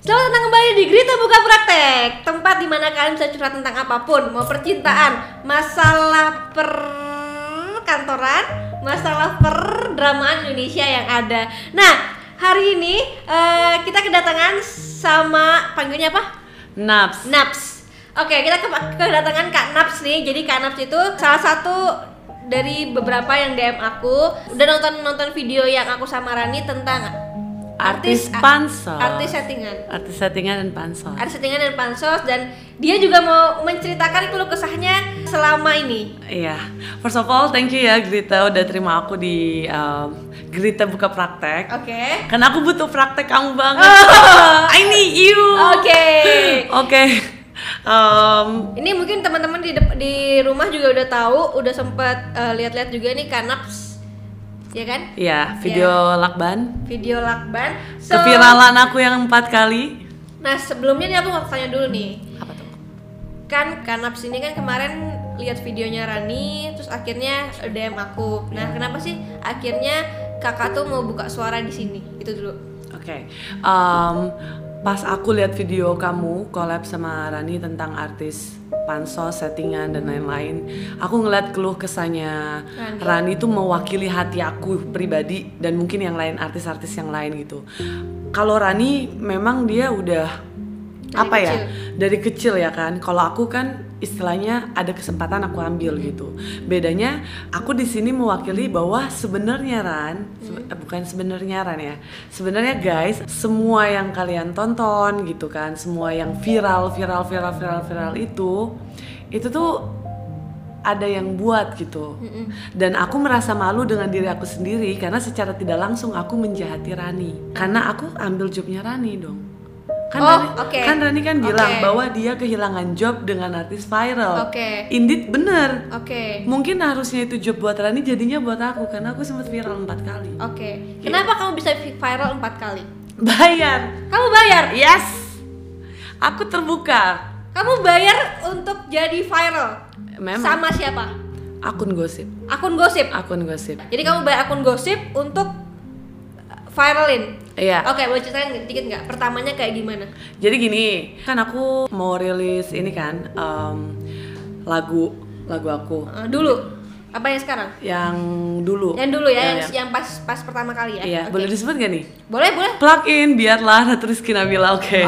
Selamat datang kembali di Grita Buka Praktek, tempat di mana kalian bisa curhat tentang apapun, mau percintaan, masalah perkantoran, masalah perdramaan Indonesia yang ada. Nah, hari ini kita kedatangan sama panggilnya apa? Naps. Oke, kita kedatangan Kak Naps nih. Jadi Kak Naps itu salah satu dari beberapa yang DM aku. Udah nonton video yang aku sama Rani tentang artis pansos, artis settingan dan pansos, dan dia juga mau menceritakan keluh kesahnya selama ini. Iya, first of all thank you ya Grita udah terima aku di Grita Buka Praktek. Oke. Karena aku butuh praktek kamu banget. I need you. Oke. Ini mungkin teman-teman di rumah juga udah tahu, udah sempat lihat-lihat juga nih Kanaps. Ya kan? Iya, video lakban. Keviralan aku yang 4 kali. Nah, sebelumnya nih aku mau tanya dulu nih. Apa tuh? Kan Kanaps ini kan kemarin lihat videonya Rani, terus akhirnya DM aku. Nah, kenapa sih akhirnya kakak tuh mau buka suara di sini? Itu dulu. Oke. Pas aku lihat video kamu collab sama Rani tentang artis pansos, settingan dan lain-lain, aku ngeliat keluh kesahnya Rani tuh mewakili hati aku pribadi dan mungkin yang lain, artis-artis yang lain gitu. Kalau Rani memang dia udah dari kecil ya kan. Kalau aku kan istilahnya ada kesempatan aku ambil gitu. Bedanya aku di sini mewakili bahwa sebenarnya sebenarnya guys, semua yang kalian tonton gitu kan, semua yang viral itu tuh ada yang buat gitu. Dan aku merasa malu dengan diri aku sendiri karena secara tidak langsung aku menjahati Rani. Karena aku ambil jobnya Rani dong. Kan Rani kan bilang bahwa dia kehilangan job dengan artis viral. Indeed bener. Mungkin harusnya itu job buat Rani, jadinya buat aku karena aku sempat viral 4 kali. Kenapa kamu bisa viral 4 kali? Bayar. Kamu bayar? Yes. Aku terbuka. Kamu bayar untuk jadi viral? Memang. Sama siapa? Akun gosip. Jadi kamu bayar akun gosip untuk viralin? Iya. Oke, boleh ceritain dikit nggak? Pertamanya kayak gimana? Jadi gini, kan aku mau rilis ini kan lagu aku. Dulu? Apa yang sekarang? Yang dulu. Yang pas pertama kali ya? Iya, boleh disebut gak nih? Boleh. Plug in biarlah Ratu Rizky Nabila, oke.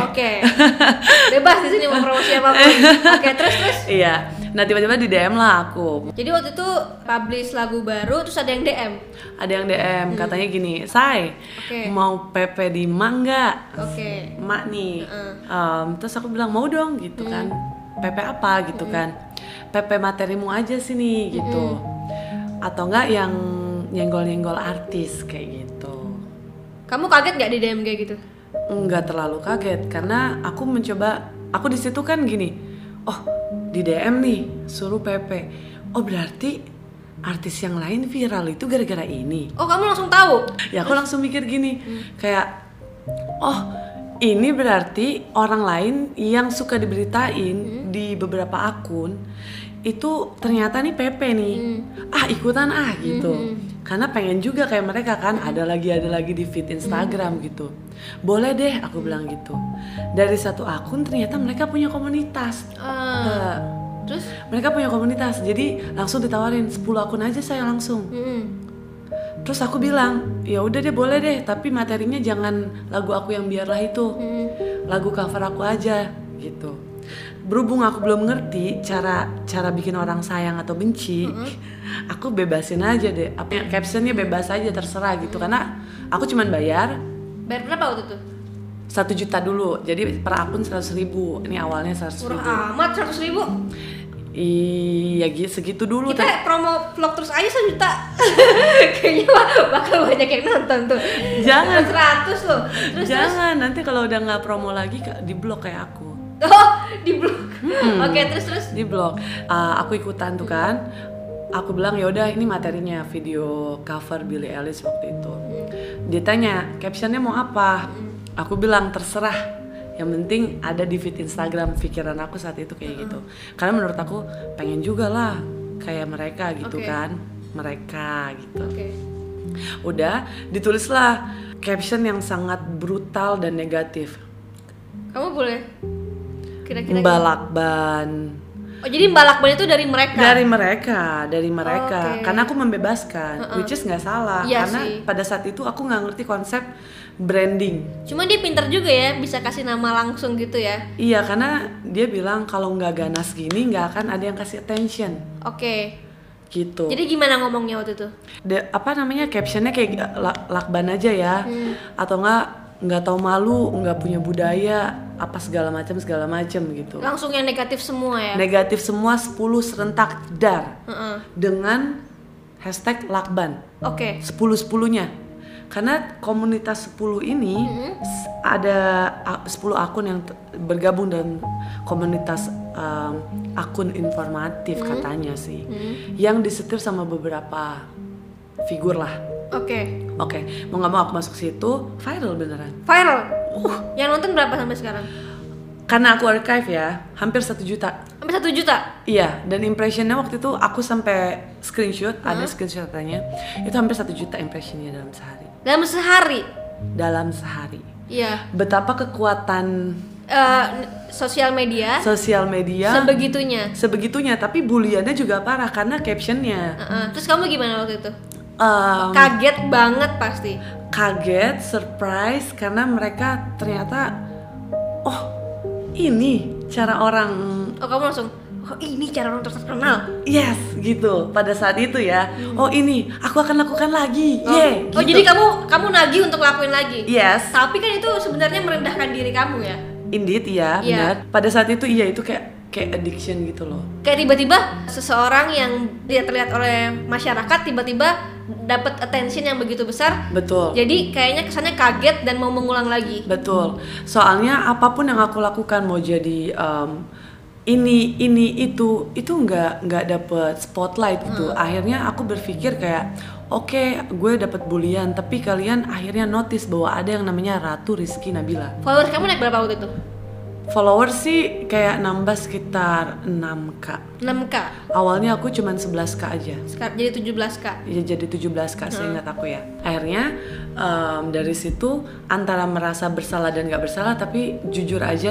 Bebas di sini mau promosi apapun. Terus. Iya. Nah, tiba-tiba di DM lah aku. Jadi waktu itu publish lagu baru, terus ada yang DM? Ada yang DM, katanya gini, Say, mau PP di Mangga? Mak nih. Terus aku bilang, mau dong gitu kan. PP apa gitu kan. PP materimu aja sini gitu. Atau enggak yang nyenggol-nyenggol artis kayak gitu. Kamu kaget gak di DM kayak gitu? Enggak terlalu kaget, karena aku di situ kan gini, oh di DM nih suruh PP, oh berarti artis yang lain viral itu gara-gara ini. Oh, kamu langsung tahu? Ya aku langsung mikir gini, kayak oh ini berarti orang lain yang suka diberitain di beberapa akun itu ternyata nih PP nih, ikutan gitu. Karena pengen juga kayak mereka kan, ada lagi di feed Instagram gitu. Boleh deh aku bilang gitu. Dari satu akun ternyata mereka punya komunitas. Terus mereka punya komunitas, jadi langsung ditawarin 10 akun aja saya langsung. Terus aku bilang, ya udah deh boleh deh, tapi materinya jangan lagu aku yang biarlah itu, lagu cover aku aja gitu. Berhubung aku belum ngerti cara bikin orang sayang atau benci, aku bebasin aja deh. Captionnya bebas aja, terserah gitu. Karena aku cuman bayar berapa waktu itu? 1 juta dulu, jadi per akun 100.000. Ini awalnya 100.000. Murah amat 100.000. Iya segitu dulu. Kita promo vlog terus aja 1 juta. Kayaknya bakal banyak yang nonton tuh. Jangan 100 loh. Jangan, nanti kalau udah nggak promo lagi di blok kayak aku. Oh, di blok. Terus di blok. Aku ikutan tuh kan. Aku bilang ya udah ini materinya, video cover Billie Eilish waktu itu. Dia tanya captionnya mau apa? Aku bilang terserah, yang penting ada di feed Instagram. Pikiran aku saat itu kayak gitu. Karena menurut aku pengen juga lah kayak mereka gitu kan. Mereka gitu. Udah ditulislah caption yang sangat brutal dan negatif. Kamu boleh kira-kira Mbak Lakban. Oh, jadi Mbak Lakban itu dari mereka? Dari mereka. Okay. Karena aku membebaskan, which is nggak salah. Iya karena sih. pada saat itu aku nggak ngerti konsep branding. Cuma dia pinter juga ya, bisa kasih nama langsung gitu ya. Iya, karena dia bilang kalau nggak ganas gini nggak akan ada yang kasih attention. Oke. Gitu. Jadi gimana ngomongnya waktu itu? Apa namanya, captionnya kayak Lakban aja ya, atau nggak tahu malu, nggak punya budaya, apa segala macam gitu. Langsung yang negatif semua ya? Negatif semua 10 serentak dar dengan hashtag Lakban. Oke. 10-10-nya. Karena komunitas 10 ini ada 10 akun yang bergabung dalam komunitas akun informatif katanya sih, yang disetir sama beberapa figur lah. Oke. Mau nggak mau aku masuk situ, viral beneran. Viral? Yang nonton berapa sampai sekarang? Karena aku archive ya, hampir 1 juta. Sampai 1 juta? Iya, dan impressionnya waktu itu aku sampai screenshot, ada screenshotannya, itu hampir 1 juta impressionnya dalam sehari. Dalam sehari? Dalam sehari. Iya. Betapa kekuatan sosial media sebegitunya, tapi buliannya juga parah karena captionnya. Terus kamu gimana waktu itu? Kaget banget pasti. Kaget, surprise, karena mereka ternyata, oh ini cara orang. Oh, kamu langsung, oh ini cara orang terkenal. Yes, gitu. Pada saat itu ya, oh ini aku akan lakukan lagi. Oh, gitu. jadi kamu nagih untuk lakuin lagi. Yes. Tapi kan itu sebenarnya merendahkan diri kamu ya. Indeed, iya, benar. Pada saat itu iya, itu kayak addiction gitu loh. Kayak tiba-tiba seseorang yang dia terlihat oleh masyarakat tiba-tiba dapat attention yang begitu besar. Betul. Jadi kayaknya kesannya kaget dan mau mengulang lagi. Betul. Soalnya apapun yang aku lakukan, mau jadi ini itu nggak dapet spotlight gitu. Akhirnya aku berpikir kayak, oke, gue dapet bulian, tapi kalian akhirnya notice bahwa ada yang namanya Ratu Rizky Nabila. Followers kamu naik berapa waktu itu? Followers sih kayak nambah sekitar 6k. 6k? Awalnya aku cuman 11k aja. Jadi 17k? Iya, jadi 17k seingat aku ya. Akhirnya dari situ antara merasa bersalah dan gak bersalah, tapi jujur aja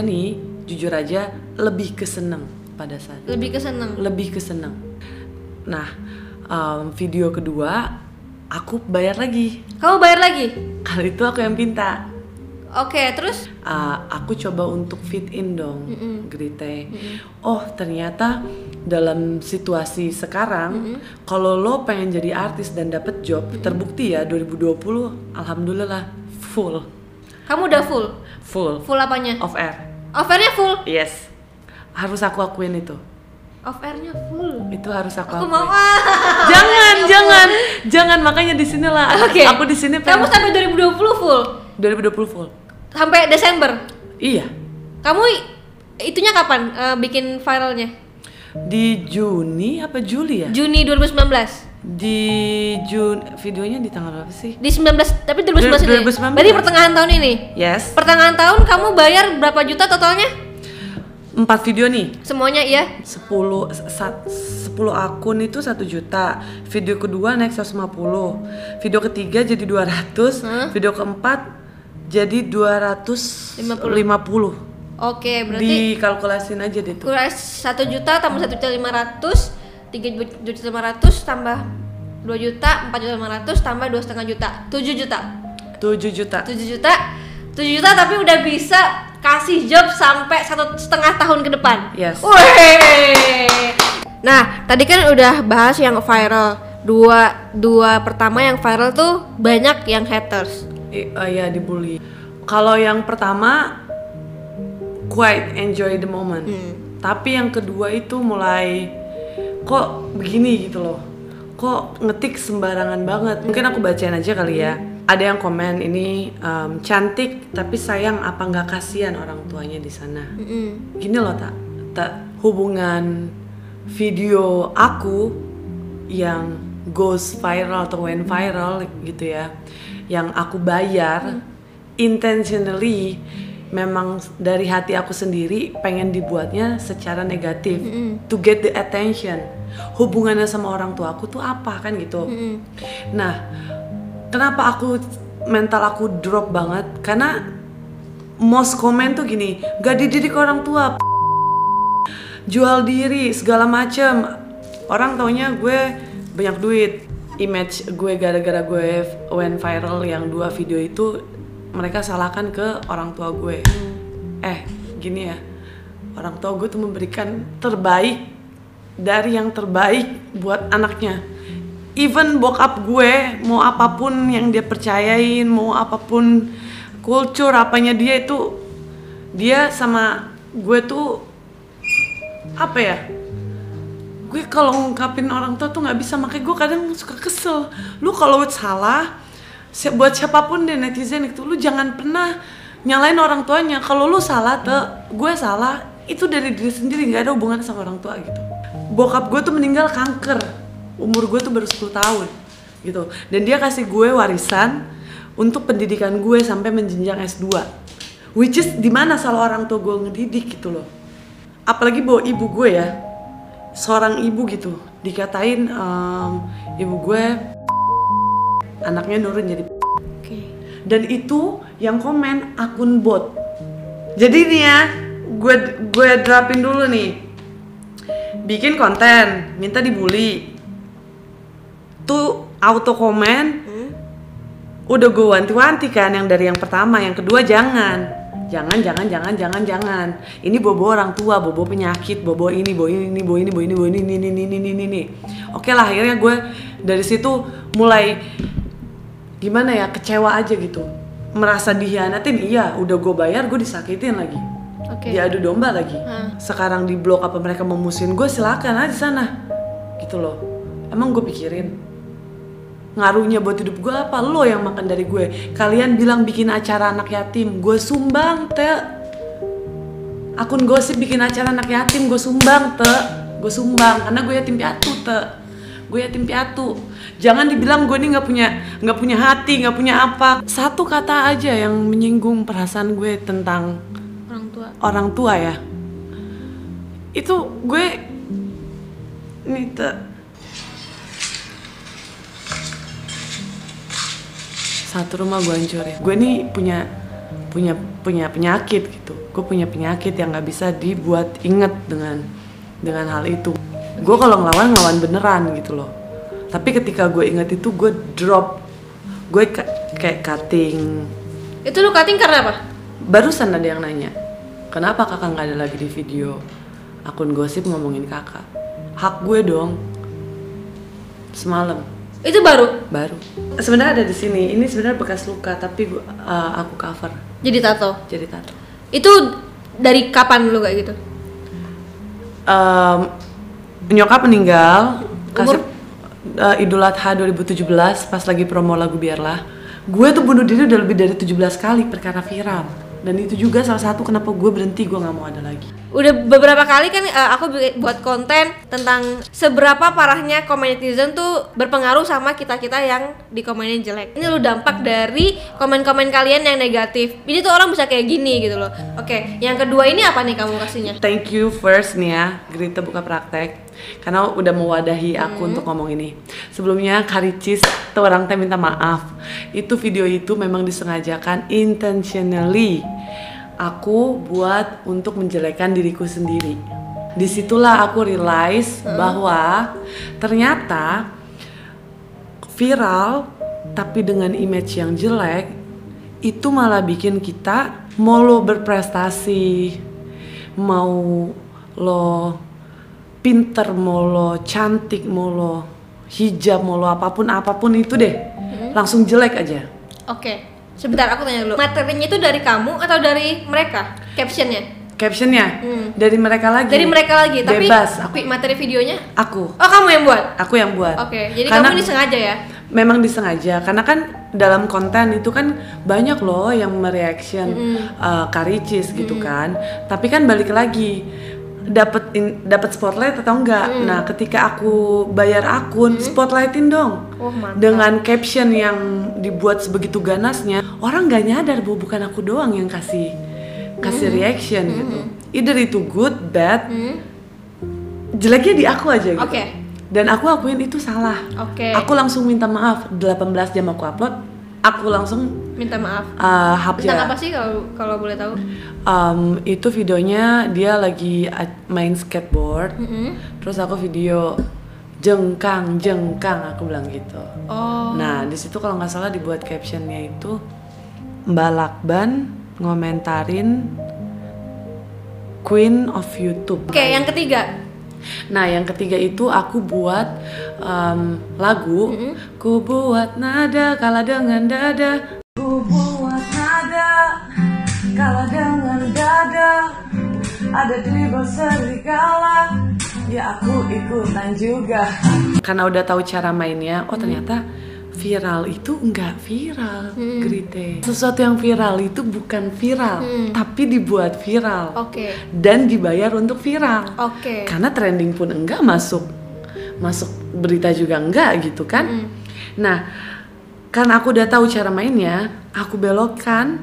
lebih keseneng pada saat itu. Lebih keseneng. Nah, video kedua aku bayar lagi. Kamu bayar lagi? Kali itu aku yang pinta. Oke, terus? Aku coba untuk fit in dong, Grite. Oh, ternyata dalam situasi sekarang, kalau lo pengen jadi artis dan dapet job, terbukti ya 2020, alhamdulillah full. Kamu udah full? Full. Full apanya? Off air. Off airnya full? Yes. Harus aku akuin itu. Off airnya full. Itu harus aku akuin. Mau. Jangan, makanya di sinilah. Okay. Aku di sini. Kamu sampai 2020 full? 2020 full. Sampai Desember? Iya. Kamu itunya kapan bikin viralnya? Di Juni apa Juli ya? Juni 2019. Di videonya di tanggal berapa sih? Di 19, tapi 2019 ini. Berarti pertengahan tahun ini? Yes. Pertengahan tahun kamu bayar berapa juta totalnya? 4 video nih. Semuanya iya? 10 akun itu 1 juta. Video kedua naik 150. Video ketiga jadi 200. Video keempat jadi 250. Oke, berarti dikalkulasin aja deh tuh. 1 juta tambah 1.500.000, 3.500.000 tambah 2 juta, 4.500.000 tambah 2,5 juta, 7 juta. 7 juta tapi udah bisa kasih job sampai 1,5 tahun ke depan. Yes. Wih. Nah, tadi kan udah bahas yang viral. Dua pertama yang viral tuh banyak yang haters. Iya, dibully. Kalau yang pertama quite enjoy the moment. Tapi yang kedua itu mulai kok begini gitu loh. Kok ngetik sembarangan banget. Mungkin aku bacain aja kali ya. Ada yang komen ini cantik tapi sayang apa nggak kasihan orang tuanya di sana. Gini loh, tak hubungan video aku yang goes viral atau went viral gitu ya, yang aku bayar intentionally, memang dari hati aku sendiri pengen dibuatnya secara negatif to get the attention. Hubungannya sama orang tua aku tuh apa kan gitu. Nah, kenapa mental aku drop banget? Karena most komen tuh gini, gak dididik orang tua, jual diri segala macem. Orang taunya gue banyak duit. Image gue gara-gara gue went viral yang 2 video itu, mereka salahkan ke orang tua gue. Gini ya, orang tua gue tuh memberikan terbaik dari yang terbaik buat anaknya. Even bokap gue mau apapun yang dia percayain, mau apapun kultur apanya dia itu, dia sama gue tuh apa ya, gue kalau ngungkapin orang tua tuh nggak bisa, makanya gue kadang suka kesel. Lu kalau salah buat siapapun deh, netizen itu, lu jangan pernah nyalain orang tuanya. Kalau lu salah gue salah, itu dari diri sendiri, nggak ada hubungan sama orang tua gitu. Bokap gue tuh meninggal kanker, umur gue tuh baru 10 tahun gitu, dan dia kasih gue warisan untuk pendidikan gue sampai menjenjang S2, which is dimana salah orang tua gue ngedidik gitu loh. Apalagi bawa ibu gue ya, seorang ibu gitu, dikatain ibu gue anaknya nurun jadi dan itu yang komen akun bot. Jadi nih ya, gue drapin dulu nih, bikin konten minta dibully tuh auto komen. Udah gue wanti-wanti kan, yang dari yang pertama, yang kedua jangan. Ini bobo orang tua, bobo penyakit, bobo ini. Oke lah, akhirnya gue dari situ mulai gimana ya, kecewa aja gitu. Merasa dihianatin, iya, udah gue bayar, gue disakitin lagi. Diadu domba lagi. Sekarang di blog apa mereka memusuhin gue, silakan aja sana. Gitu loh. Emang gue pikirin ngaruhnya buat hidup gue apa? Lo yang makan dari gue. Kalian bilang bikin acara anak yatim, gue sumbang akun gosip bikin acara anak yatim, gue sumbang karena gue yatim piatu. Jangan dibilang gue nih nggak punya hati, nggak punya apa. Satu kata aja yang menyinggung perasaan gue tentang orang tua ya, itu gue nih satu rumah gue hancurin. Gue nih punya penyakit gitu. Gue punya penyakit yang nggak bisa dibuat inget dengan hal itu. Gue kalau ngelawan beneran gitu loh. Tapi ketika gue inget itu, gue drop. Gue kayak cutting. Itu lu cutting karena apa? Barusan ada yang nanya, kenapa kakak nggak ada lagi di video akun gosip ngomongin kakak? Hak gue dong. Semalam. Itu baru. Sebenarnya ada di sini. Ini sebenarnya bekas luka, tapi aku cover. Jadi tato. Itu dari kapan lu kayak gitu? Nyokap meninggal. Kasih Idul Adha 2017 pas lagi promo lagu Biarlah. Gue tuh bunuh diri udah lebih dari 17 kali perkara viral. Dan itu juga salah satu kenapa gue berhenti, gue gak mau ada lagi. Udah beberapa kali kan aku buat konten tentang seberapa parahnya komen netizen tuh berpengaruh sama kita-kita yang dikomenin jelek. Ini lu dampak dari komen-komen kalian yang negatif. Ini tuh orang bisa kayak gini gitu loh. Oke, yang kedua ini apa nih kamu kasihnya? Thank you first nih ya, Grita Buka Praktek, karena udah mewadahi aku untuk ngomong ini. Sebelumnya Karicis tuh orang teh minta maaf. Itu video itu memang disengajakan intentionally aku buat untuk menjelekkan diriku sendiri. Disitulah aku realize bahwa ternyata viral tapi dengan image yang jelek itu malah bikin kita mau lo berprestasi, mau lo pinter, mau lo cantik, mau lo hijab, mau lo apapun itu deh, langsung jelek aja. Oke. Sebentar, aku tanya dulu. Materinya itu dari kamu atau dari mereka? Captionnya? Dari mereka lagi. Tapi bebas. Materi videonya? Aku. Oh, kamu yang buat? Aku yang buat. Oke, jadi karena kamu ini sengaja ya? Memang disengaja, karena kan dalam konten itu kan banyak loh yang mereaction Karicis gitu kan. Tapi kan balik lagi, dapat spotlight atau enggak. Nah, ketika aku bayar akun, spotlightin dong. Dengan caption yang dibuat sebegitu ganasnya, orang nggak nyadar bahwa bukan aku doang yang kasih reaction gitu. Either itu good, bad, jeleknya di aku aja gitu. Dan aku akuin itu salah. Aku langsung minta maaf. 18 jam aku upload, aku langsung minta maaf. Habja. Tentang apa sih kalau boleh tahu? Itu videonya dia lagi main skateboard. Terus aku video jengkang aku bilang gitu. Nah di situ kalau nggak salah dibuat captionnya itu Mbak Lakban ngomentarin Queen of YouTube. Oke, yang ketiga. Nah yang ketiga itu aku buat lagu. Ku buat nada kalah dengan dada. Ku buat nada kalah dengan dada. Ada di serigala. Ya aku ikutan juga. Karena udah tahu cara mainnya, oh ternyata viral itu enggak viral, Grite. Sesuatu yang viral itu bukan viral, tapi dibuat viral. Dan dibayar untuk viral. Karena trending pun enggak masuk berita juga enggak gitu kan. Nah, karena aku udah tahu cara mainnya, aku belokkan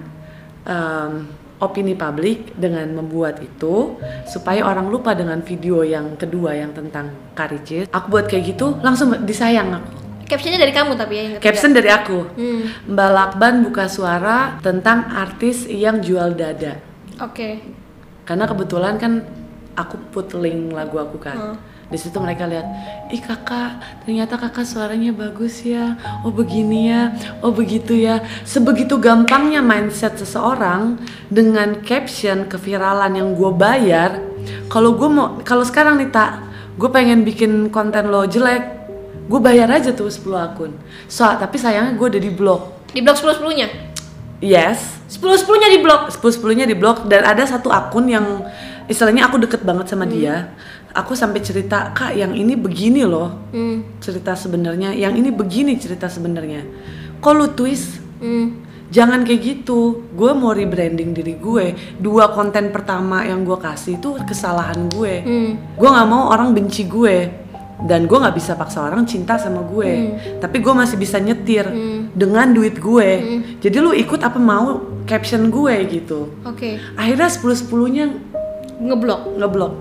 opini publik dengan membuat itu supaya orang lupa dengan video yang kedua yang tentang Karicis. Aku buat kayak gitu langsung disayang aku. Captionnya dari kamu tapi ya yang ketiga. Caption dari aku. Mbak Lakban buka suara tentang artis yang jual dada. Karena kebetulan kan aku put link lagu aku kan. Di situ mereka lihat, ih kakak, ternyata kakak suaranya bagus ya. Oh begini ya, oh begitu ya. Sebegitu gampangnya mindset seseorang dengan caption keviralan yang gue bayar. Kalau sekarang nih tak, gue pengen bikin konten lo jelek, gue bayar aja tuh 10 akun. Tapi sayangnya gue udah di blok. Di blok 10-10-nya? Yes. 10-10-nya di blok? 10-10-nya di blok. Dan ada satu akun yang istilahnya aku deket banget sama dia. Aku sampai cerita, kak yang ini begini loh cerita sebenarnya, yang ini begini cerita sebenarnya. Kok lu twist? Jangan kayak gitu. Gue mau rebranding diri gue. 2 konten pertama yang gue kasih itu kesalahan gue. Gue nggak mau orang benci gue. Dan gue nggak bisa paksa orang cinta sama gue. Tapi gue masih bisa nyetir dengan duit gue. Jadi lu ikut apa mau caption gue gitu. Akhirnya 10-10-nya ngeblok.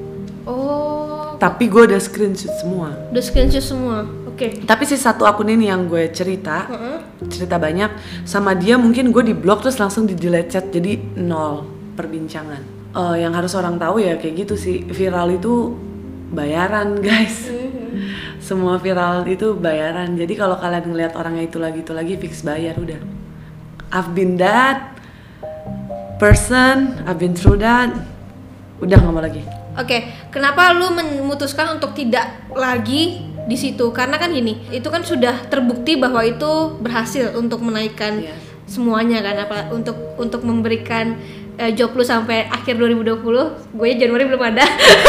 Tapi gue udah screenshot semua. Tapi si satu akun ini yang gue cerita banyak sama dia, mungkin gue di blok terus langsung di delete chat, jadi 0 perbincangan. Yang harus orang tahu ya kayak gitu sih, viral itu bayaran guys. Semua viral itu bayaran. Jadi kalau kalian ngeliat orangnya itu lagi fix bayar udah. I've been that person, I've been through that. Udah nggak mau lagi. Kenapa lu memutuskan untuk tidak lagi di situ? Karena kan gini, itu kan sudah terbukti bahwa itu berhasil untuk menaikkan semuanya kan, untuk memberikan job lu sampai akhir 2020. Gue Januari belum ada.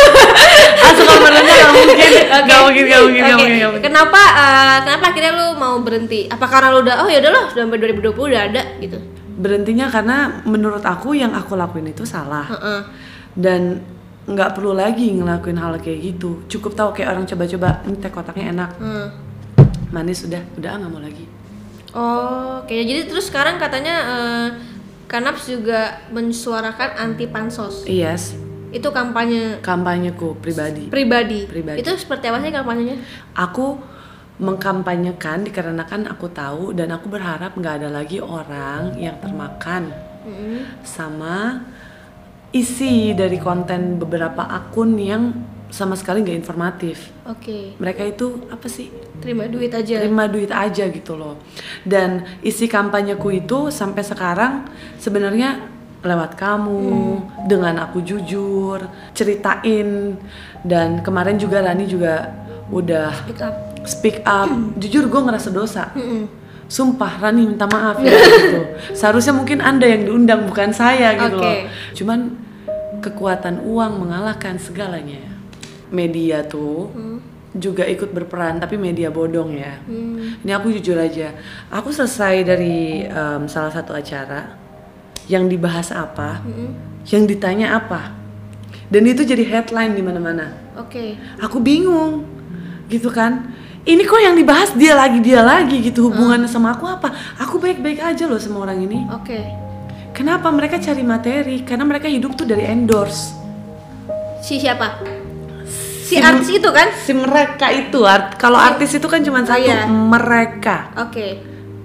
Gak mungkin. Kenapa akhirnya lu mau berhenti? Apa karena lu udah yaudahlah sampai 2020 udah ada gitu? Berhentinya karena menurut aku yang aku lakuin itu salah. Dan nggak perlu lagi ngelakuin hal kayak gitu. Cukup tahu kayak orang coba-coba, ini teh kotaknya enak, manis, udah nggak mau lagi. Jadi terus sekarang katanya Kanaps juga mensuarakan anti pansos. Yes. Itu kampanyeku pribadi. Itu seperti apa sih kampanyenya? Aku mengkampanyekan dikarenakan aku tahu dan aku berharap nggak ada lagi orang yang termakan sama isi dari konten beberapa akun yang sama sekali nggak informatif. Mereka itu apa sih? Terima duit aja gitu loh. Dan isi kampanyeku itu sampai sekarang sebenarnya lewat kamu, dengan aku jujur ceritain. Dan kemarin juga Rani juga udah speak up. Jujur gue ngerasa dosa. Sumpah Rani minta maaf ya gitu. Seharusnya mungkin Anda yang diundang bukan saya gitu loh. Cuman kekuatan uang mengalahkan segalanya. Media tuh juga ikut berperan, tapi media bodong ya. Ini aku jujur aja. Aku selesai dari salah satu acara yang dibahas apa, yang ditanya apa, dan itu jadi headline di mana-mana. Aku bingung, gitu kan? Ini kok yang dibahas dia lagi gitu, hubungannya sama aku apa? Aku baik-baik aja loh sama orang ini. Kenapa mereka cari materi? Karena mereka hidup tuh dari endorse. Si siapa? Si artis itu kan? Si mereka itu. Kalau artis itu kan cuma satu, mereka.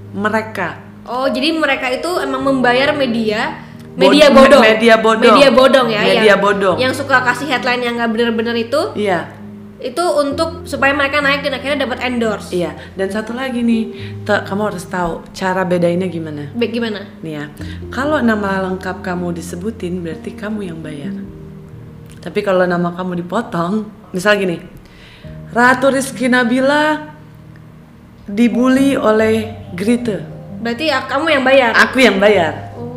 mereka. Oh, jadi mereka itu emang membayar media Media bodong ya, yang suka kasih headline yang nggak bener-bener itu. Iya. Itu untuk supaya mereka naik dan akhirnya dapat endorse. Iya. Dan satu lagi nih, kamu harus tahu cara bedainnya gimana. Gimana? Nih ya, kalau nama lengkap kamu disebutin berarti kamu yang bayar. Tapi kalau nama kamu dipotong, misal gini, Ratu Rizky Nabila dibully oleh Grete. Berarti kamu yang bayar? Aku yang bayar. Oh.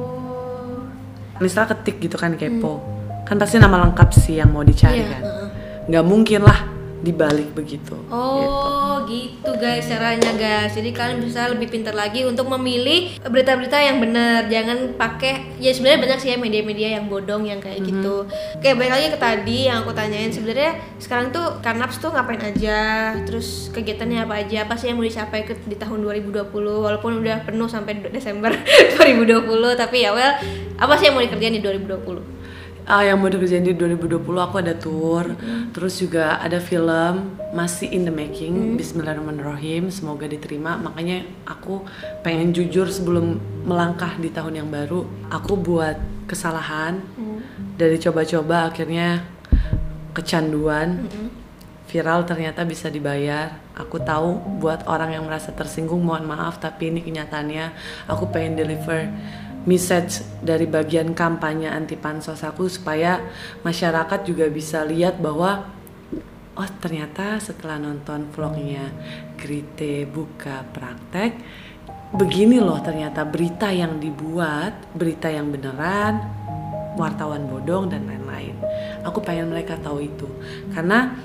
Misal ketik gitu kan kepo, kan pasti nama lengkap sih yang mau dicari kan. Nggak mungkin lah dibalik begitu. Oh gitu guys caranya guys. Jadi kalian bisa lebih pintar lagi untuk memilih berita-berita yang benar. Jangan pakai, ya sebenarnya banyak sih ya media-media yang bodong yang kayak gitu. Oke, balik lagi ke tadi yang aku tanyain, sebenarnya sekarang tuh Karnaps tuh ngapain aja, terus kegiatannya apa aja, apa sih yang mau dicapai di tahun 2020 walaupun udah penuh sampai Desember 2020, tapi ya well, apa sih yang mau dikerjain di 2020? Yang mau dikerjain di 2020 aku ada tour, terus juga ada film masih in the making. Bismillahirrahmanirrahim, semoga diterima. Makanya aku pengen jujur sebelum melangkah di tahun yang baru. Aku buat kesalahan dari coba-coba akhirnya kecanduan. Viral ternyata bisa dibayar. Aku tahu buat orang yang merasa tersinggung mohon maaf, tapi ini kenyataannya. Aku pengen deliver message dari bagian kampanye anti pansos aku supaya masyarakat juga bisa lihat bahwa oh ternyata setelah nonton vlognya Grete buka praktek begini loh ternyata berita yang dibuat, berita yang beneran, wartawan bodong dan lain-lain. Aku pengen mereka tahu itu karena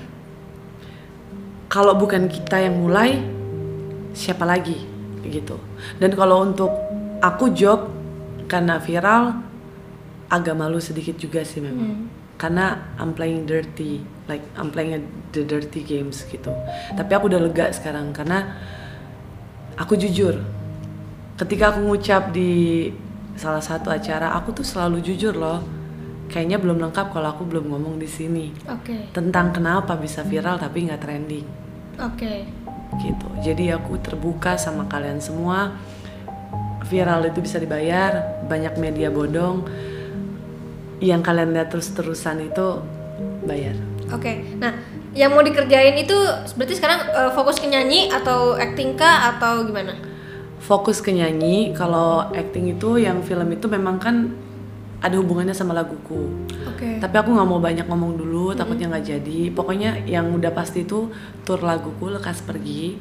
kalau bukan kita yang mulai siapa lagi gitu. Dan kalau untuk aku job karena viral agak malu sedikit juga sih memang. Karena I'm playing dirty, like I'm playing the dirty games gitu. Tapi aku udah lega sekarang karena aku jujur. Ketika aku ngucap di salah satu acara, aku tuh selalu jujur loh. Kayaknya belum lengkap kalau aku belum ngomong di sini. Tentang kenapa bisa viral tapi nggak trending. Gitu. Jadi aku terbuka sama kalian semua. Viral itu bisa dibayar, banyak media bodong yang kalian lihat terus-terusan itu bayar. Nah yang mau dikerjain itu berarti sekarang fokus ke nyanyi atau acting kah atau gimana? Fokus ke nyanyi. Kalau acting itu yang film itu memang kan ada hubungannya sama laguku. Tapi aku nggak mau banyak ngomong dulu, takutnya nggak jadi. Pokoknya yang udah pasti itu tour laguku Lekas Pergi,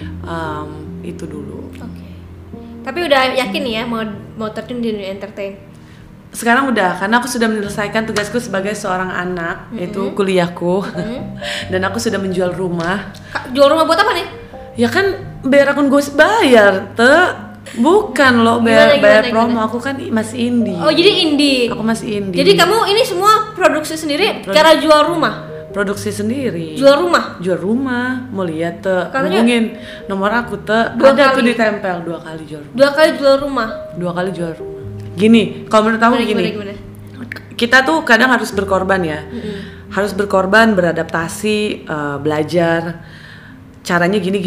itu dulu. Tapi udah yakin nih ya mau terjun di dunia entertain? Sekarang udah, karena aku sudah menyelesaikan tugasku sebagai seorang anak, yaitu kuliahku. Dan aku sudah menjual rumah. Jual rumah buat apa nih? Ya kan biar akun gue bayar, bukan lo bayar promo. Aku kan masih indie. Oh jadi indie? Aku masih indie. Jadi kamu ini semua produksi sendiri cara jual rumah? Produksi sendiri. Jual rumah? Jual rumah, mau lihat hubungin nomor aku ada tuh ditempel 2 kali jual rumah. 2 kali jual rumah? 2 kali jual rumah. Gini, kalau menurut aku gimana? Kita tuh kadang harus berkorban ya. Harus berkorban, beradaptasi, belajar. Caranya gini.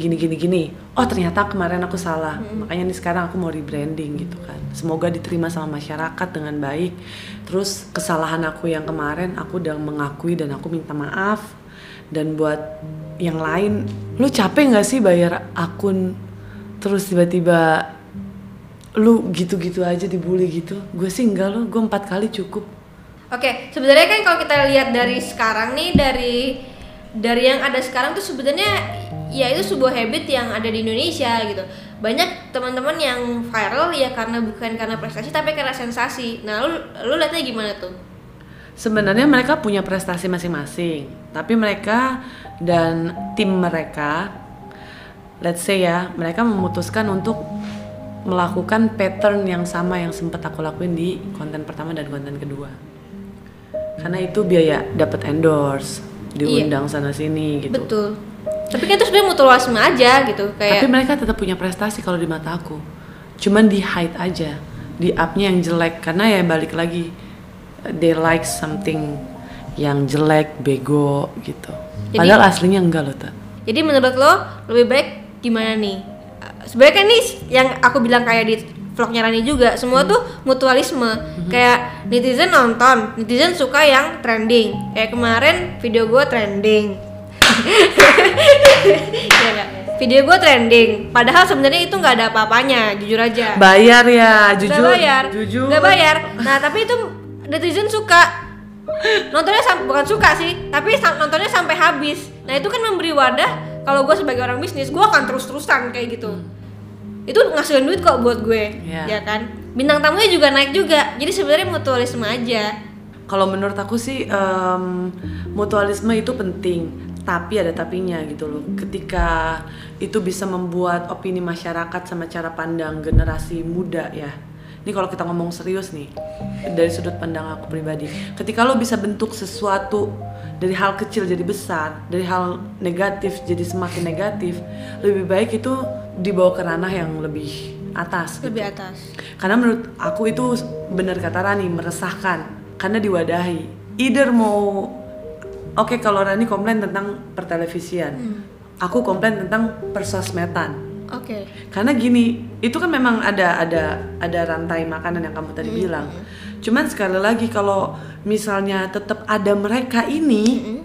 Oh ternyata kemarin aku salah. Makanya nih sekarang aku mau rebranding gitu kan. Semoga diterima sama masyarakat dengan baik. Terus kesalahan aku yang kemarin aku udah mengakui dan aku minta maaf. Dan buat yang lain, lu capek nggak sih bayar akun terus tiba-tiba lu gitu-gitu aja dibully gitu? Gue sih enggak loh, gue 4 kali cukup. Sebenarnya kan kalau kita lihat dari sekarang nih, dari yang ada sekarang tuh sebenarnya ya itu sebuah habit yang ada di Indonesia gitu. Banyak teman-teman yang viral ya bukan karena prestasi tapi karena sensasi. Nah, lu lihatnya gimana tuh? Sebenarnya mereka punya prestasi masing-masing, tapi mereka dan tim mereka, let's say ya, mereka memutuskan untuk melakukan pattern yang sama yang sempat aku lakuin di konten pertama dan konten kedua. Karena itu biaya dapat endorse, diundang sana sini gitu. Betul. Tapi kan itu sebenarnya mutualisme aja gitu kayak. Tapi mereka tetap punya prestasi kalau di mata aku. Cuman di hide aja, di up-nya yang jelek karena ya balik lagi they like something yang jelek, bego gitu. Padahal aslinya enggak loh, Jadi menurut lo lebih baik gimana nih? sebenarnya kan nih yang aku bilang kayak di vlognya Rani juga, semua tuh mutualisme. Kayak netizen nonton, netizen suka yang trending. Kayak kemarin video gue trending. Ya gak? Video gue trending, padahal sebenarnya itu nggak ada apa-apanya, jujur aja. Bayar ya, jujur. Nggak bayar. Nah tapi itu netizen suka. Nontonnya bukan suka sih, tapi nontonnya sampai habis. Nah itu kan memberi wadah. Kalau gue sebagai orang bisnis, gue akan terus-terusan kayak gitu. Itu ngasilin duit kok buat gue, ya kan. Bintang tamunya juga naik juga. Jadi sebenarnya mutualisme aja. Kalau menurut aku sih mutualisme itu penting, tapi ada tapinya gitu loh. Ketika itu bisa membuat opini masyarakat sama cara pandang generasi muda ya. Ini kalau kita ngomong serius nih, dari sudut pandang aku pribadi. Ketika lo bisa bentuk sesuatu dari hal kecil jadi besar, dari hal negatif jadi semakin negatif, lebih baik itu dibawa ke ranah yang lebih atas. Lebih gitu. atas. Karena menurut aku itu benar kata Rani, meresahkan. Karena diwadahi. Either mau, oke, kalau Rani komplain tentang pertelevisian, aku komplain tentang persosmedan. Oke. Karena gini, itu kan memang ada rantai makanan yang kamu tadi bilang. Cuman sekali lagi kalau misalnya tetap ada mereka ini,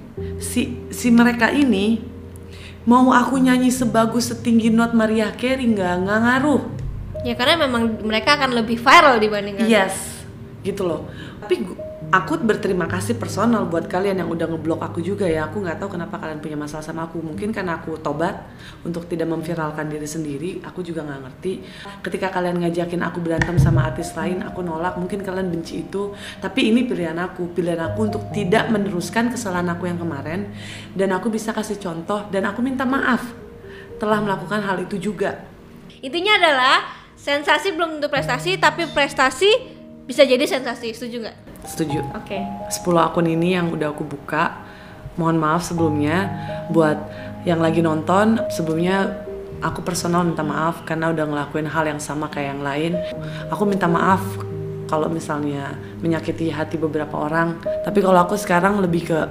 si mereka ini mau aku nyanyi sebagus setinggi not Mariah Carey nggak ngaruh. Ya karena memang mereka akan lebih viral dibandingkan. Yes, gitu loh. Tapi aku berterima kasih personal buat kalian yang udah ngeblok aku juga ya. Aku nggak tahu kenapa kalian punya masalah sama aku. Mungkin karena aku tobat untuk tidak memviralkan diri sendiri. Aku juga nggak ngerti. Ketika kalian ngajakin aku berantem sama artis lain, aku nolak. Mungkin kalian benci itu. Tapi ini pilihan aku untuk tidak meneruskan kesalahan aku yang kemarin. Dan aku bisa kasih contoh dan aku minta maaf telah melakukan hal itu juga. Intinya adalah sensasi belum tentu prestasi, tapi prestasi bisa jadi sensasi. Setuju nggak? Setuju. Oke. 10 akun ini yang udah aku buka. Mohon maaf sebelumnya buat yang lagi nonton. Sebelumnya aku personal minta maaf karena udah ngelakuin hal yang sama kayak yang lain. Aku minta maaf kalau misalnya menyakiti hati beberapa orang. Tapi kalau aku sekarang lebih ke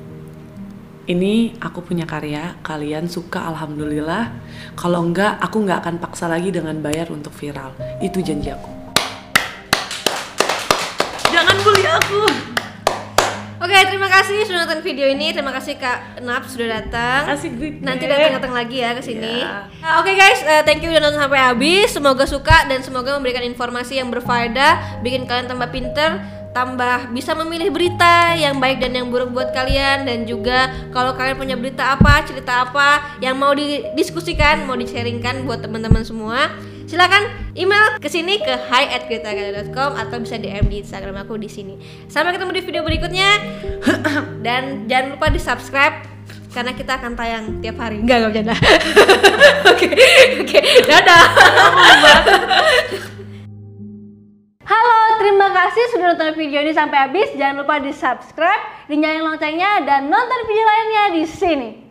ini aku punya karya, kalian suka alhamdulillah. Kalau enggak, aku enggak akan paksa lagi dengan bayar untuk viral. Itu janji aku. Jangan bully aku. Oke, terima kasih sudah nonton video ini. Terima kasih Kak Naps sudah datang. Kasih duit. Nanti datang lagi ya ke sini. Yeah. Oke guys, thank you udah nonton sampai habis. Semoga suka dan semoga memberikan informasi yang berfaedah, bikin kalian tambah pinter, tambah bisa memilih berita yang baik dan yang buruk buat kalian. Dan juga kalau kalian punya berita apa, cerita apa yang mau didiskusikan, mau di-sharingkan buat teman-teman semua, silakan email ke sini ke hi@gretagala.com atau bisa DM di Instagram aku di sini. Sampai ketemu di video berikutnya. Dan jangan lupa di-subscribe karena kita akan tayang tiap hari. Enggak bercanda. Oke. Dadah. Halo, terima kasih sudah nonton video ini sampai habis. Jangan lupa di-subscribe, dinyalain loncengnya dan nonton video lainnya di sini.